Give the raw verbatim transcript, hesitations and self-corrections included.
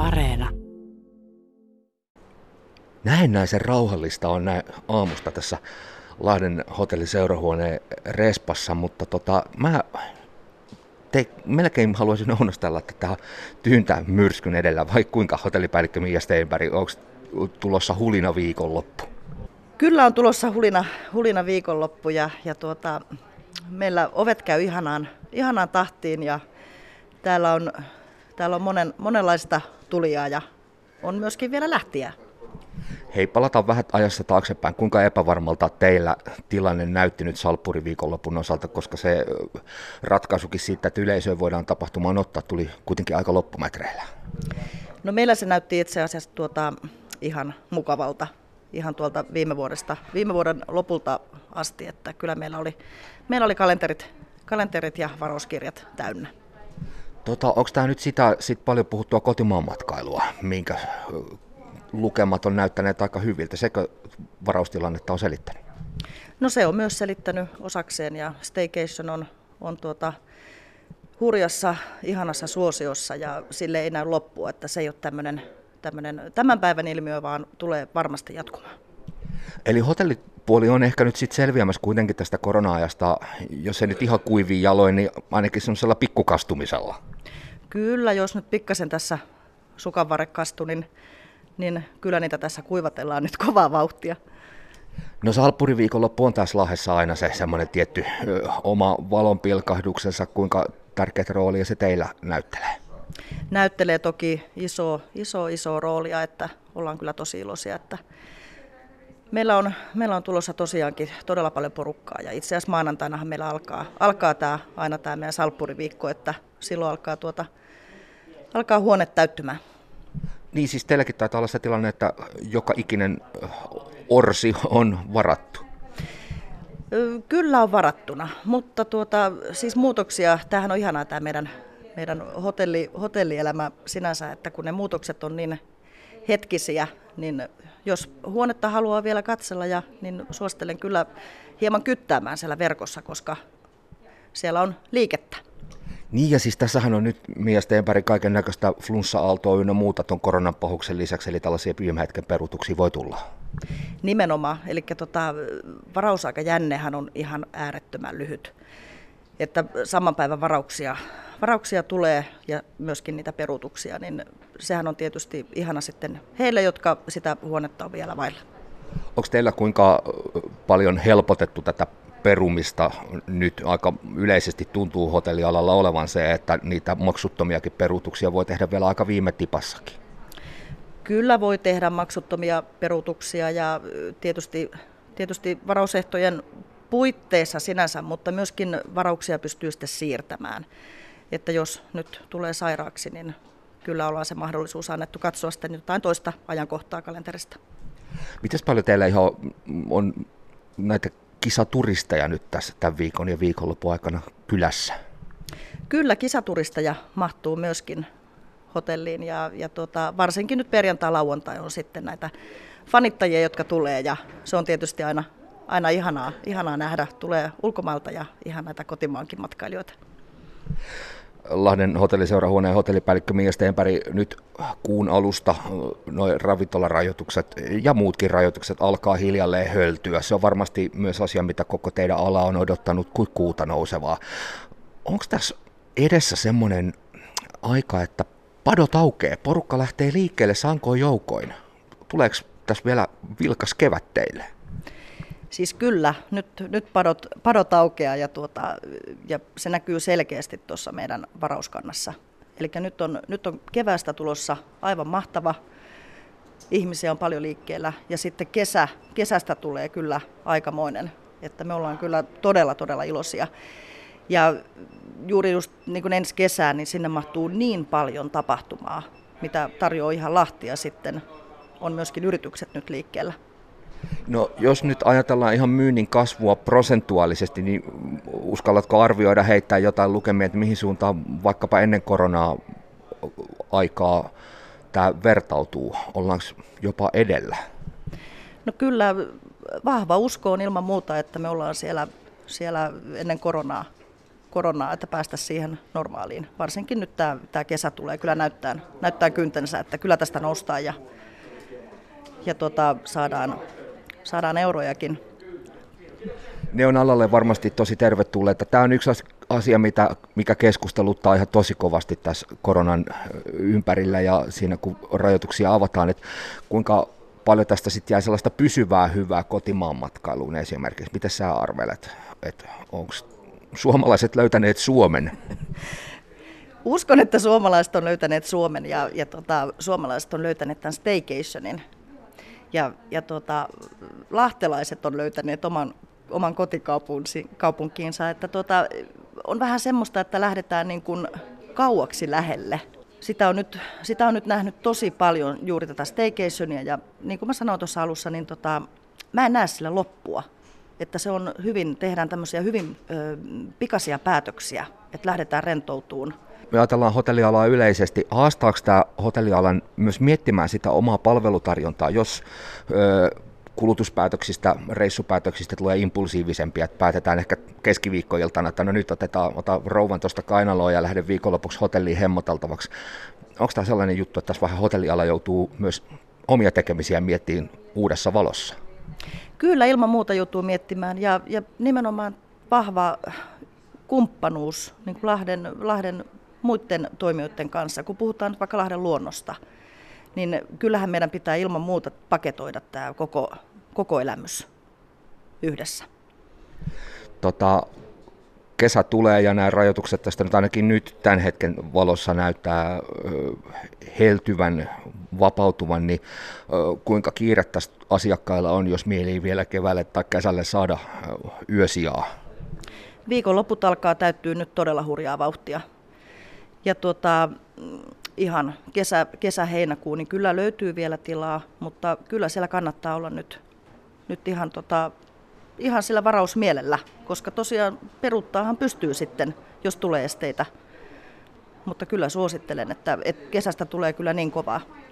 Areena. Näennäisen rauhallista on näin aamusta tässä Lahden hotelliseurahuoneen respassa, mutta tota, mä te, melkein haluaisin ounastella tätä tyyntä myrskyn edellä, vai kuinka hotellipäällikkö Mia Stenberg, onko tulossa hulina viikonloppu? Kyllä on tulossa hulina, hulina viikonloppu ja, ja tuota, meillä ovet käy ihanaan, ihanaan tahtiin ja täällä on, täällä on monen, monenlaista tulijaa ja on myöskin vielä lähtijää. Hei, palataan vähän ajassa taaksepäin. Kuinka epävarmalta teillä tilanne näytti nyt Salppuri-viikonlopun osalta, koska se ratkaisukin siitä, että yleisöön voidaan tapahtumaan ottaa, tuli kuitenkin aika loppumetreillä? No meillä se näytti itse asiassa tuota, ihan mukavalta, ihan tuolta viime vuodesta, viime vuoden lopulta asti, että kyllä meillä oli, meillä oli kalenterit, kalenterit ja varauskirjat täynnä. Tota, onko tämä nyt sitä sit paljon puhuttua kotimaan matkailua, minkä lukemat on näyttäneet aika hyviltä? Sekö varaustilannetta on selittänyt? No se on myös selittänyt osakseen ja staycation on, on tuota, hurjassa, ihanassa suosiossa ja sille ei näy loppua, että se ei ole tämmöinen, tämmöinen tämän päivän ilmiö, vaan tulee varmasti jatkumaan. Eli hotellipuoli on ehkä nyt sitten selviämässä kuitenkin tästä korona-ajasta, jos ei nyt ihan kuivia jaloin, niin ainakin semmoisella pikkukastumisella. Kyllä, jos nyt pikkasen tässä sukanvarre kastui, niin, niin kyllä niitä tässä kuivatellaan nyt kovaa vauhtia. No Salppuri-viikonloppu on taas Lahdessa aina se semmoinen tietty ö, oma valonpilkahduksensa, kuinka tärkeää roolia se teillä näyttelee? Näyttelee toki iso, iso, iso roolia, että ollaan kyllä tosi iloisia, että meillä on, meillä on tulossa tosiaankin todella paljon porukkaa ja itse asiassa maanantainahan meillä alkaa, alkaa tämä, aina tämä meidän Salppuri-viikko, että silloin alkaa, tuota, alkaa huone täyttymään. Niin siis teilläkin taitaa olla se tilanne, että joka ikinen orsi on varattu. Kyllä on varattuna, mutta tuota, siis muutoksia, tämähän on ihanaa tämä meidän, meidän hotelli, hotellielämä sinänsä, että kun ne muutokset on niin hetkisiä, niin jos huonetta haluaa vielä katsella, ja, niin suosittelen kyllä hieman kyttäämään siellä verkossa, koska siellä on liikettä. Niin ja siis tässähän on nyt Mia Stenberg kaiken näköistä flunssa-aaltoa ynnä muuta tuon koronan pahuksen lisäksi, eli tällaisia viime hetken peruutuksia voi tulla. Nimenomaan, eli tota, varausaikajännehän on ihan äärettömän lyhyt, että saman päivän varauksia, varauksia tulee ja myöskin niitä peruutuksia, niin sehän on tietysti ihana sitten heille, jotka sitä huonetta on vielä vailla. Onko teillä kuinka paljon helpotettu tätä perumista? Nyt aika yleisesti tuntuu hotellialalla olevan se, että niitä maksuttomiakin peruutuksia voi tehdä vielä aika viime tipassakin. Kyllä voi tehdä maksuttomia peruutuksia ja tietysti, tietysti varausehtojen puitteissa sinänsä, mutta myöskin varauksia pystyy sitten siirtämään. Että jos nyt tulee sairaaksi, niin kyllä ollaan se mahdollisuus annettu katsoa sitten jotain toista ajankohtaa kalenterista. Mites paljon teillä ihan on näitä kisaturisteja nyt tässä tämän viikon ja viikonlopun aikana kylässä? Kyllä kisaturisteja mahtuu myöskin hotelliin ja, ja tota, varsinkin nyt perjantai-lauantai on sitten näitä fanittajia, jotka tulee ja se on tietysti aina, aina ihanaa, ihanaa nähdä. Tulee ulkomailta ja ihan näitä kotimaankin matkailijoita. Lahden hotelliseurahuoneen hotellipäällikkö Mia Stenberg, nyt kuun alusta noin ravintolarajoitukset ja muutkin rajoitukset alkaa hiljalleen höltyä. Se on varmasti myös asia, mitä koko teidän ala on odottanut kuin kuuta nousevaa. Onko tässä edessä semmoinen aika, että padot aukeaa, porukka lähtee liikkeelle sankoin joukoin? Tuleeko tässä vielä vilkas kevät teille? Siis kyllä, nyt, nyt padot, padot aukeaa ja, tuota, ja se näkyy selkeästi tuossa meidän varauskannassa. Eli nyt on, nyt on keväästä tulossa aivan mahtava, ihmisiä on paljon liikkeellä ja sitten kesä, kesästä tulee kyllä aikamoinen, että me ollaan kyllä todella todella iloisia. Ja juuri just niin kuin ensi kesään, niin sinne mahtuu niin paljon tapahtumaa, mitä tarjoaa ihan Lahti ja sitten on myöskin yritykset nyt liikkeellä. No jos nyt ajatellaan ihan myynnin kasvua prosentuaalisesti, niin uskallatko arvioida, heittää jotain lukemia, että mihin suuntaan vaikkapa ennen koronaa aikaa tämä vertautuu? Ollaanko jopa edellä? No kyllä vahva usko on ilman muuta, että me ollaan siellä, siellä ennen koronaa koronaa, että päästä siihen normaaliin. Varsinkin nyt tämä, tämä kesä tulee kyllä näyttää, näyttää kyntensä, että kyllä tästä noustaan ja, ja tuota, saadaan, saadaan eurojakin. Ne on alalle varmasti tosi tervetulleita. Tämä on yksi asia, mitä, mikä keskusteluttaa ihan tosi kovasti tässä koronan ympärillä ja siinä kun rajoituksia avataan, että kuinka paljon tästä sitten jää sellaista pysyvää hyvää kotimaan matkailuun esimerkiksi. Miten sä arvelet, että onko suomalaiset löytäneet Suomen? Uskon, että suomalaiset on löytäneet Suomen ja, ja tota, suomalaiset on löytäneet tämän staycationin. Ja, ja tota, lahtelaiset on löytäneet oman, oman kotikaupunkiinsa. Että tota, on vähän semmoista, että lähdetään niin kuin kauaksi lähelle. Sitä on, nyt, sitä on nyt nähnyt tosi paljon juuri tätä staycationia ja niin kuin mä sanoin tuossa alussa, niin tota, mä en näe sillä loppua. Että se on hyvin, tehdään tämmöisiä hyvin ö, pikaisia päätöksiä, että lähdetään rentoutumaan. Me ajatellaan hotellialaa yleisesti. Haastaako tämä hotellialan myös miettimään sitä omaa palvelutarjontaa, jos ö, kulutuspäätöksistä, reissupäätöksistä tulee impulsiivisempia, että päätetään ehkä keskiviikkoiltana, että no nyt otetaan, otan rouvan tuosta kainaloa ja lähden viikonlopuksi hotelliin hemmoteltavaksi. Onko tämä sellainen juttu, että tässä vähän hotelliala joutuu myös omia tekemisiä miettimään uudessa valossa? Kyllä, ilman muuta joutuu miettimään ja, ja nimenomaan vahva kumppanuus niin kuin Lahden, Lahden muiden toimijoiden kanssa. Kun puhutaan nyt vaikka Lahden luonnosta, niin kyllähän meidän pitää ilman muuta paketoida tämä koko, koko elämys yhdessä. Tota, kesä tulee ja nämä rajoitukset tästä nyt ainakin nyt tämän hetken valossa näyttää ö, heltyvän, vapautuvan, niin ö, kuinka kiire tästä asiakkailla on, jos mielii vielä keväälle tai kesälle saada ö, yösijaa? Viikonloput alkaa täyttyä nyt todella hurjaa vauhtia. Ja tuota, ihan kesä, kesä-heinäkuu, niin kyllä löytyy vielä tilaa, mutta kyllä siellä kannattaa olla nyt, nyt ihan, tota, ihan sillä varausmielellä, koska tosiaan peruuttaahan pystyy sitten, jos tulee esteitä. Mutta kyllä suosittelen, että, että kesästä tulee kyllä niin kovaa.